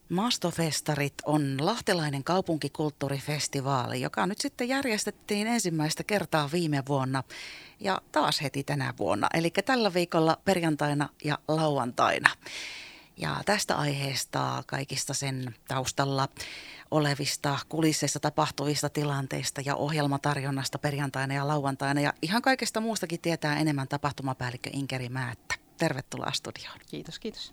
Mastofestarit on lahtelainen kaupunkikulttuurifestivaali, joka nyt sitten järjestettiin ensimmäistä kertaa viime vuonna ja taas heti tänä vuonna. Eli tällä viikolla perjantaina ja lauantaina. Ja tästä aiheesta kaikista sen taustalla olevista kulisseissa tapahtuvista tilanteista ja ohjelmatarjonnasta perjantaina ja lauantaina ja ihan kaikesta muustakin tietää enemmän tapahtumapäällikkö Inkeri Määttä. Tervetuloa studioon. Kiitos, kiitos.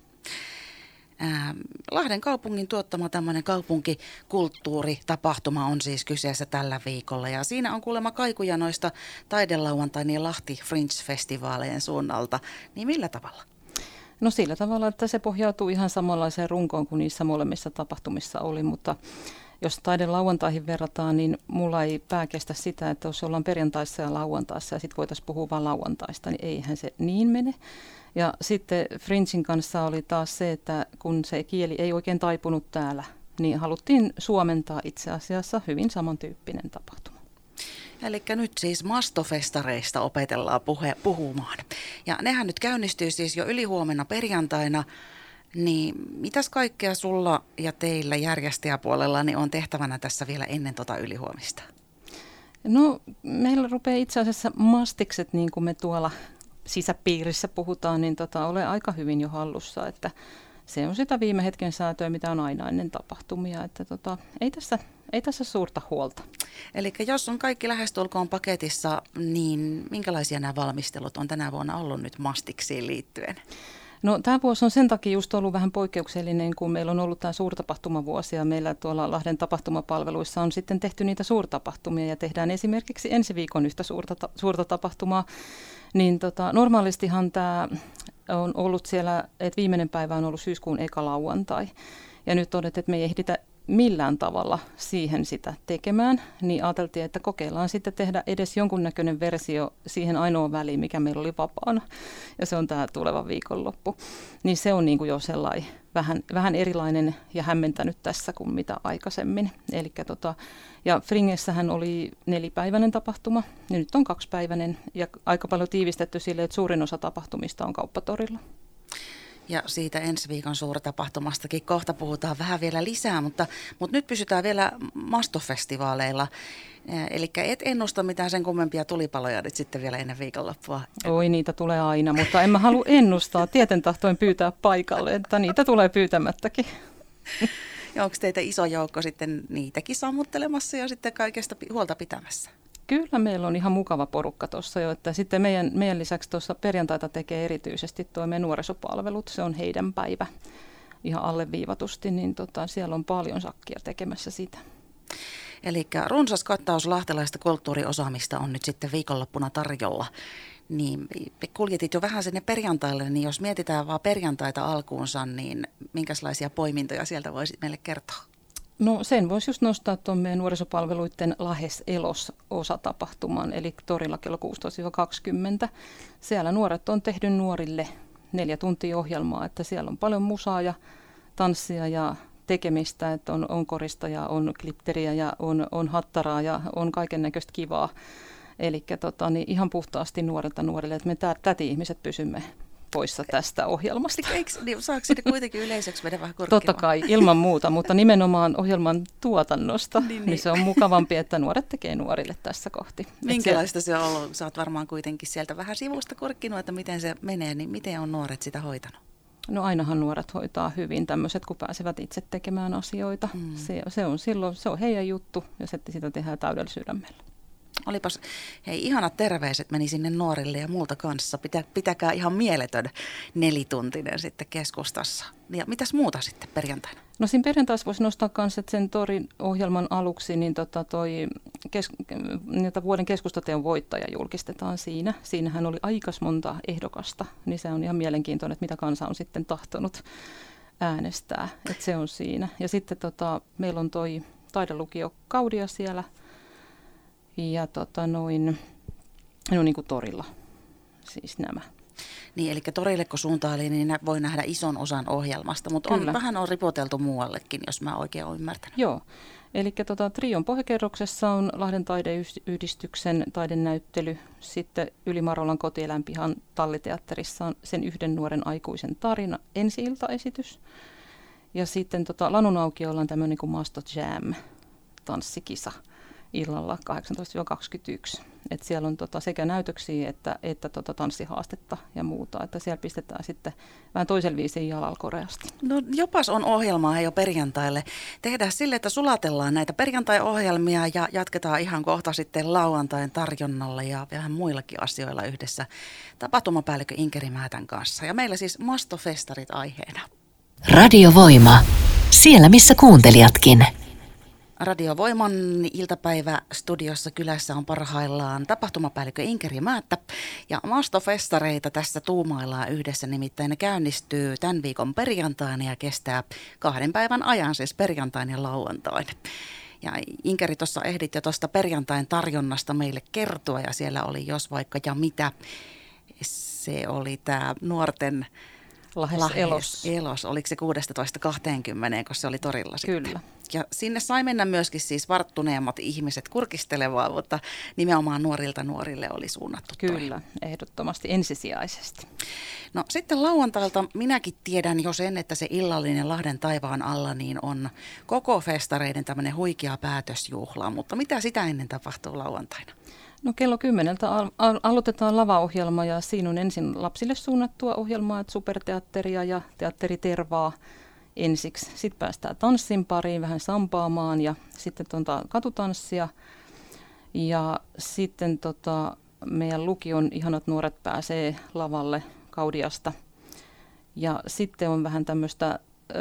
Lahden kaupungin tuottama tämmöinen kaupunkikulttuuritapahtuma on siis kyseessä tällä viikolla ja siinä on kuulemma kaikuja noista taidelauantain ja Lahti Fringe-festivaalien suunnalta. Niin millä tavalla? No sillä tavalla, että se pohjautuu ihan samanlaiseen runkoon kuin niissä molemmissa tapahtumissa oli, mutta jos taidelauantaihin verrataan, niin mulla ei pää kestä sitä, että jos ollaan perjantaissa ja lauantaissa ja sitten voitaisiin puhua vain lauantaista, niin eihän se niin mene. Ja sitten Fringein kanssa oli taas se, että kun se kieli ei oikein taipunut täällä, niin haluttiin suomentaa itse asiassa hyvin samantyyppinen tapahtuma. Eli nyt siis mastofestareista opetellaan puhumaan. Ja nehän nyt käynnistyy siis jo ylihuomenna perjantaina. Niin mitäs kaikkea sulla ja teillä järjestäjäpuolella niin on tehtävänä tässä vielä ennen ylihuomista? No meillä rupeaa itse asiassa mastikset, niin kuin me tuolla sisäpiirissä puhutaan, niin ole aika hyvin jo hallussa, että se on sitä viime hetken säätöä, mitä on aina ennen tapahtumia, että ei tässä suurta huolta. Eli jos on kaikki lähestulkoon paketissa, niin minkälaisia nämä valmistelut on tänä vuonna ollut nyt mastiksiin liittyen? No tämä vuosi on sen takia just ollut vähän poikkeuksellinen, kun meillä on ollut tämä suurtapahtumavuosi ja meillä tuolla Lahden tapahtumapalveluissa on sitten tehty niitä suurtapahtumia ja tehdään esimerkiksi ensi viikon yhtä suurta tapahtumaa. Niin normaalistihan tämä on ollut siellä, että viimeinen päivä on ollut syyskuun eka lauantai ja nyt todettiin, että me ei ehditä millään tavalla siihen sitä tekemään, niin ajateltiin, että kokeillaan sitten tehdä edes jonkunnäköinen versio siihen ainoa väliin, mikä meillä oli vapaana. Ja se on tämä tuleva viikonloppu. Niin se on niin kuin jo sellainen vähän erilainen ja hämmentänyt tässä kuin mitä aikaisemmin. Ja Fringessähän oli 4-päiväinen tapahtuma, ja nyt on 2-päiväinen ja aika paljon tiivistetty sille, että suurin osa tapahtumista on Kauppatorilla. Ja siitä ensi viikon suurtapahtumastakin kohta puhutaan vähän vielä lisää, mutta nyt pysytään vielä mastofestivaaleilla. Eli et ennusta mitään sen kummempia tulipaloja nyt sitten vielä ennen viikonloppua. Oi, niitä tulee aina, mutta en mä halua ennustaa. Tieten tahtoin pyytää paikalle, että niitä tulee pyytämättäkin. Ja onko teitä iso joukko sitten niitäkin sammuttelemassa ja sitten kaikesta huolta pitämässä? Kyllä meillä on ihan mukava porukka tuossa jo, että sitten meidän lisäksi tuossa perjantaita tekee erityisesti tuo meidän nuorisopalvelut, se on heidän päivä ihan alleviivatusti, niin siellä on paljon sakkia tekemässä sitä. Eli runsas kattaus lahtelaista kulttuuriosaamista on nyt sitten viikonloppuna tarjolla, niin kuljetit jo vähän sinne perjantaille, niin jos mietitään vaan perjantaita alkuunsa, niin minkälaisia poimintoja sieltä voisit meille kertoa? No sen voisi just nostaa tuon meidän nuorisopalveluiden Lahes Elos-osatapahtuman, eli torilla kello 16-20. Siellä nuoret on tehnyt nuorille 4 tuntia ohjelmaa, että siellä on paljon musaa ja tanssia ja tekemistä, että on korista ja on glitteriä ja on hattaraa ja on kaiken näköistä kivaa. Eli niin ihan puhtaasti nuorilta nuorille, että me täti-ihmiset pysymme poissa tästä ohjelmasta. Niin, saako sinne kuitenkin yleiseksi vedä vähän korkeammin? Totta kai, ilman muuta, mutta nimenomaan ohjelman tuotannosta, niin se on mukavampi, että nuoret tekee nuorille tässä kohti. Minkälaista se on ollut? Sä oot varmaan kuitenkin sieltä vähän sivusta kurkkinut, että miten se menee, niin miten on nuoret sitä hoitanut? No ainahan nuoret hoitaa hyvin tämmöiset, kun pääsevät itse tekemään asioita. Se on silloin, se on heidän juttu ja sitä tehdään täydellä sydämellä. Olipas, hei, ihanat terveiset meni sinne nuorille ja multa kanssa. Pitäkää ihan mieletön 4-tuntinen sitten keskustassa. Ja mitäs muuta sitten perjantaina? No siinä perjantaissa voisi nostaa myös, että sen torin ohjelman aluksi niin vuoden keskustateon voittaja julkistetaan siinä. Siinähän oli aikas monta ehdokasta, niin se on ihan mielenkiintoinen, että mitä kansa on sitten tahtonut äänestää. Että se on siinä. Ja sitten meillä on toi taidelukio Kaudia siellä. Ja no niin kuin torilla, siis nämä. Niin, eli torille kun suuntaili, niin voi nähdä ison osan ohjelmasta, mutta vähän on ripoteltu muuallekin, jos mä oikein olen ymmärtänyt. Joo, eli Trion pohjakerroksessa on Lahden taideyhdistyksen taidenäyttely, sitten Yli Marolan kotieläinpihan Talliteatterissa on sen 1 nuoren aikuisen tarina ensi-iltaesitys. Ja sitten Lanunaukiolla on tämmöinen kuin Masto Jam tanssikisa illalla 18-21. Et siellä on sekä näytöksiä että tanssihaastetta ja muuta. Että siellä pistetään sitten vähän toisella viisiin jalalla koreasti. No jopas on ohjelmaa jo perjantaille. Tehdään sille, että sulatellaan näitä perjantai-ohjelmia ja jatketaan ihan kohta sitten lauantain tarjonnalla ja vähän muillakin asioilla yhdessä tapahtumapäällikkö Inkeri Määtän kanssa. Ja meillä siis Mastofestarit aiheena. Radiovoima. Siellä missä kuuntelijatkin. Radio Voiman iltapäivästudiossa kylässä on parhaillaan tapahtumapäällikkö Inkeri Määttä ja Mastofestareita tässä tuumaillaan yhdessä, nimittäin ne käynnistyy tämän viikon perjantaina ja kestää 2 päivän ajan, siis perjantain ja lauantain. Ja Inkeri, tuossa ehdit jo tuosta perjantain tarjonnasta meille kertoa ja siellä oli jos vaikka ja mitä. Se oli tämä nuorten Elos. Oliko se 16-20, kun se oli torilla sitten? Kyllä. Ja sinne sai mennä myöskin siis varttuneemmat ihmiset kurkistelemaan, mutta nimenomaan nuorille oli suunnattu. Kyllä, ehdottomasti ensisijaisesti. No sitten lauantailta minäkin tiedän jo sen, että se illallinen Lahden taivaan alla niin on koko festareiden tämmöinen huikea päätösjuhla, mutta mitä sitä ennen tapahtuu lauantaina? No kello 10 aloitetaan lavaohjelma ja siinä on ensin lapsille suunnattua ohjelmaa, että superteatteria ja teatteritervaa ensiksi. Sitten päästään tanssin pariin vähän sampaamaan ja sitten katutanssia. Ja sitten meidän lukion ihanat nuoret pääsee lavalle Kaudiasta. Ja sitten on vähän tämmöistä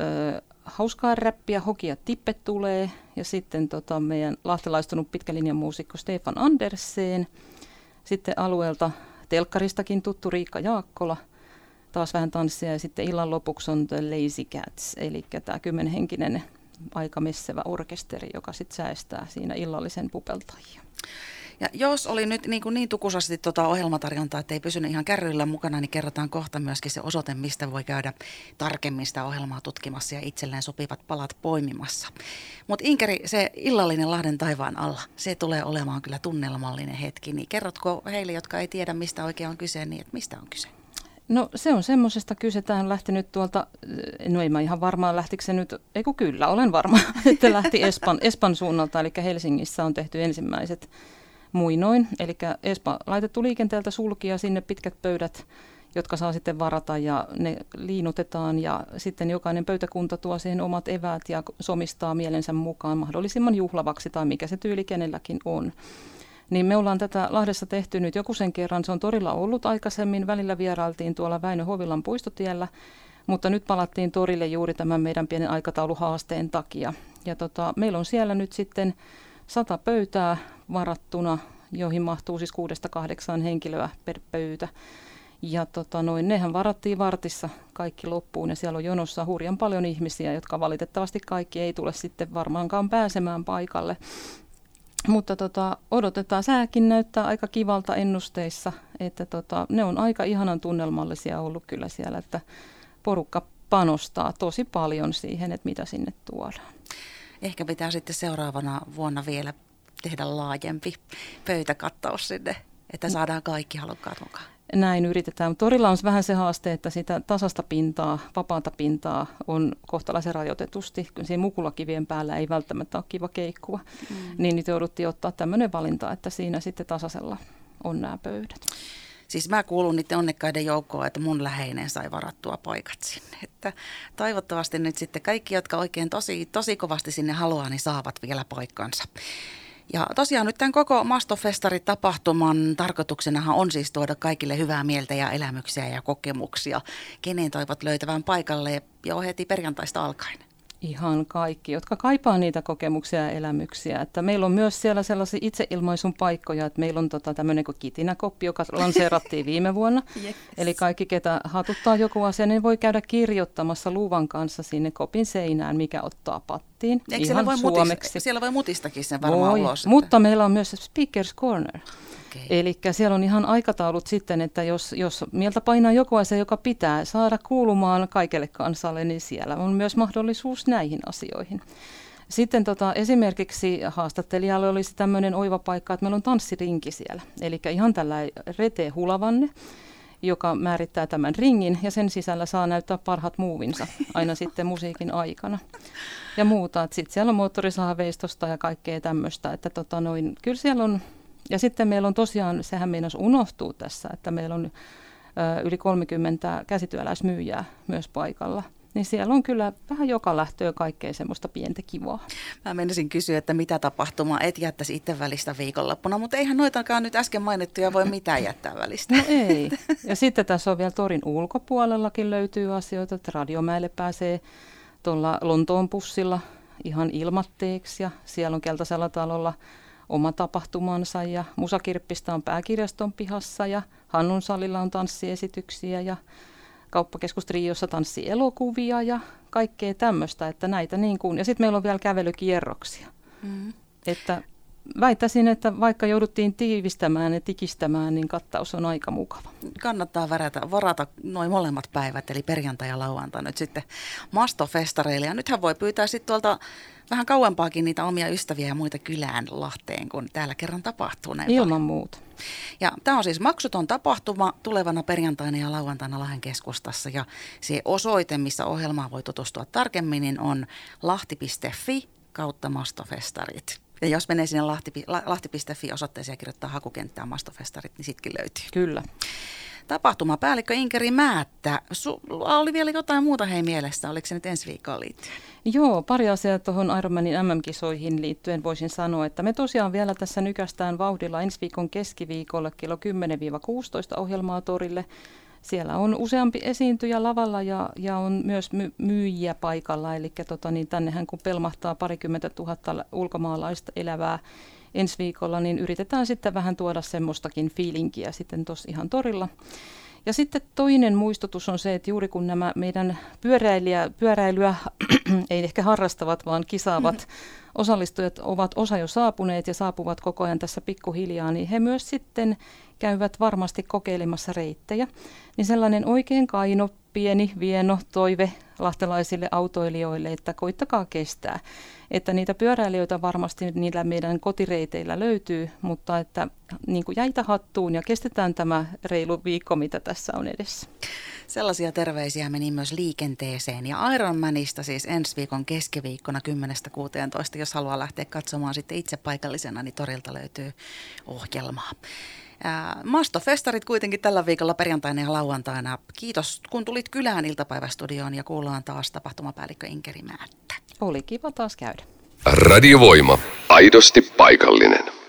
hauskaa räppiä, Hoki ja Tippe tulee. Ja sitten meidän lahtelaistunut pitkälinjan muusikko Stefan Andersen. Sitten alueelta telkkaristakin tuttu Riikka Jaakkola. Taas vähän tanssia ja sitten illan lopuksi on The Lazy Cats, eli tämä 10-henkinen aika messevä orkesteri, joka sitten säästää siinä illallisen pupeltajia. Ja jos oli nyt niin tukusasti ohjelmatarjontaa, että ei pysynyt ihan kärryillä mukana, niin kerrotaan kohta myöskin se osoite, mistä voi käydä tarkemmin sitä ohjelmaa tutkimassa ja itselleen sopivat palat poimimassa. Mutta Inkeri, se illallinen Lahden taivaan alla, se tulee olemaan kyllä tunnelmallinen hetki. Niin kerrotko heille, jotka ei tiedä, mistä oikein on kyse, niin että mistä on kyse? No se on semmoisesta kyse, tämä on lähtenyt tuolta, no ei mä ihan varmaan lähtikö se nyt, kyllä olen varma, että lähti Espan suunnalta, eli Helsingissä on tehty ensimmäiset muinoin, eli Espa laitettu liikenteeltä sulkia sinne pitkät pöydät, jotka saa sitten varata ja ne liinutetaan ja sitten jokainen pöytäkunta tuo siihen omat eväät ja somistaa mielensä mukaan mahdollisimman juhlavaksi tai mikä se tyyli kenelläkin on. Niin me ollaan tätä Lahdessa tehty nyt joku sen kerran, se on torilla ollut aikaisemmin, välillä vierailtiin tuolla Väinö Hovilan puistotiellä, mutta nyt palattiin torille juuri tämän meidän pienen aikatauluhaasteen takia. Ja meillä on siellä nyt sitten 100 pöytää varattuna, joihin mahtuu siis 6-8 henkilöä per pöytä. Ja nehän varattiin vartissa kaikki loppuun ja siellä on jonossa hurjan paljon ihmisiä, jotka valitettavasti kaikki ei tule sitten varmaankaan pääsemään paikalle. Mutta odotetaan, sääkin näyttää aika kivalta ennusteissa, että ne on aika ihanan tunnelmallisia ollut kyllä siellä, että porukka panostaa tosi paljon siihen, että mitä sinne tuodaan. Ehkä pitää sitten seuraavana vuonna vielä tehdä laajempi pöytäkattaus sinne, että saadaan kaikki halukkaat mukaan. Näin yritetään, mutta torilla on vähän se haaste, että sitä tasasta pintaa, vapaata pintaa on kohtalaisen rajoitetusti. Siinä mukulakivien päällä ei välttämättä ole kiva keikkua, niin nyt jouduttiin ottaa tämmöinen valinta, että siinä sitten tasaisella on nämä pöydät. Siis mä kuulun niiden onnekkaiden joukkoon, että mun läheinen sai varattua paikat sinne. Että toivottavasti nyt sitten kaikki, jotka oikein tosi kovasti sinne haluaa, niin saavat vielä paikkansa. Ja tosiaan nyt tämän koko Mastofestari-tapahtuman tarkoituksenahan on siis tuoda kaikille hyvää mieltä ja elämyksiä ja kokemuksia. Kenen toivot löytävän paikalle jo heti perjantaista alkaen? Ihan kaikki, jotka kaipaa niitä kokemuksia ja elämyksiä. Että meillä on myös siellä sellaisia itseilmaisun paikkoja, että meillä on tämmöinen kuin Kitinä-koppi, joka lanseerattiin viime vuonna. Yes. Eli kaikki, ketä hatuttaa joku asia, niin voi käydä kirjoittamassa luvan kanssa sinne kopin seinään, mikä ottaa pattiin. Eikö ihan suomeksi. Siellä voi mutistakin sen varmaan ulos. Mutta meillä on myös Speakers Corner. Eli siellä on ihan aikataulut sitten, että jos mieltä painaa joku asia, joka pitää saada kuulumaan kaikelle kansalle, niin siellä on myös mahdollisuus näihin asioihin. Sitten esimerkiksi haastattelijalle olisi tämmöinen oiva paikka, että meillä on tanssirinki siellä. Eli ihan tällainen Rete Hulavanne, joka määrittää tämän ringin ja sen sisällä saa näyttää parhaat muuvinsa aina sitten musiikin aikana ja muuta. Sitten siellä on moottorisahaveistosta ja kaikkea tämmöistä, että kyllä siellä on, ja sitten meillä on tosiaan, sehän meinasi unohtuu tässä, että meillä on yli 30 käsityöläismyyjää myös paikalla. Niin siellä on kyllä vähän joka lähtöä kaikkea semmoista pientä kivaa. Mä menisin kysyä, että mitä tapahtumaa et jättäisi itse välistä viikonloppuna, mutta eihän noitakaan nyt äsken mainittuja voi mitään jättää välistä. No ei. Ja sitten tässä on vielä torin ulkopuolellakin löytyy asioita, että Radiomäelle pääsee tuolla Lontoon bussilla ihan ilmatteeksi ja siellä on Keltaisella talolla oma tapahtumansa ja Musakirppistä on Pääkirjaston pihassa ja Hannun salilla on tanssiesityksiä ja Kauppakeskus Triossa tanssielokuvia ja kaikkea tämmöistä, että näitä niin kuin, ja sitten meillä on vielä kävelykierroksia. Että väittäisin, että vaikka jouduttiin tiivistämään ja tikistämään, niin kattaus on aika mukava. Kannattaa varata noin molemmat päivät, eli perjantai ja lauantai nyt sitten mastofestareille. Ja nythän voi pyytää sitten tuolta vähän kauempaakin niitä omia ystäviä ja muita kylään Lahteen, kun täällä kerran tapahtuu näin Ilman paljon. muuta. Ja tämä on siis maksuton tapahtuma tulevana perjantaina ja lauantaina Lahden keskustassa. Ja se osoite, missä ohjelmaa voi tutustua tarkemmin, niin on lahti.fi/mastofestarit. Ja jos menee sinne lahti.fi osoitteeseen ja kirjoittaa hakukenttään mastofestarit, niin sitkin löytyy. Kyllä. Tapahtumapäällikkö Inkeri Määttä. Oli vielä jotain muuta mielessä, oliko se nyt ensi viikkoon liittyen? Joo, pari asiaa tuohon Ironmanin MM-kisoihin liittyen voisin sanoa, että me tosiaan vielä tässä nykästään vauhdilla ensi viikon keskiviikolla kello 10-16 ohjelmaa torille. Siellä on useampi esiintyjä lavalla ja on myös myyjiä paikalla, eli tännehän kun pelmahtaa 20 000 ulkomaalaista elävää ensi viikolla, niin yritetään sitten vähän tuoda semmoistakin fiilinkiä sitten tuossa ihan torilla. Ja sitten toinen muistutus on se, että juuri kun nämä meidän pyöräilyä ei ehkä harrastavat, vaan kisaavat osallistujat ovat osa jo saapuneet ja saapuvat koko ajan tässä pikkuhiljaa, niin he myös sitten käyvät varmasti kokeilemassa reittejä. Niin sellainen oikein kaino, pieni, vieno toive lahtelaisille autoilijoille, että koittakaa kestää. Että niitä pyöräilijöitä varmasti niillä meidän kotireiteillä löytyy, mutta että niin kuin jäitä hattuun ja kestetään tämä reilu viikko, mitä tässä on edessä. Sellaisia terveisiä meni myös liikenteeseen ja Ironmanista siis ensi viikon keskiviikkona 10-16. Jos haluaa lähteä katsomaan sitten itse paikallisena, niin torilta löytyy ohjelmaa. Mastofestarit kuitenkin tällä viikolla perjantaina ja lauantaina. Kiitos kun tulit kylään iltapäivästudioon ja kuullaan taas tapahtumapäällikkö Inkeri Määttä. Oli kiva taas käydä. Radiovoima. Aidosti paikallinen.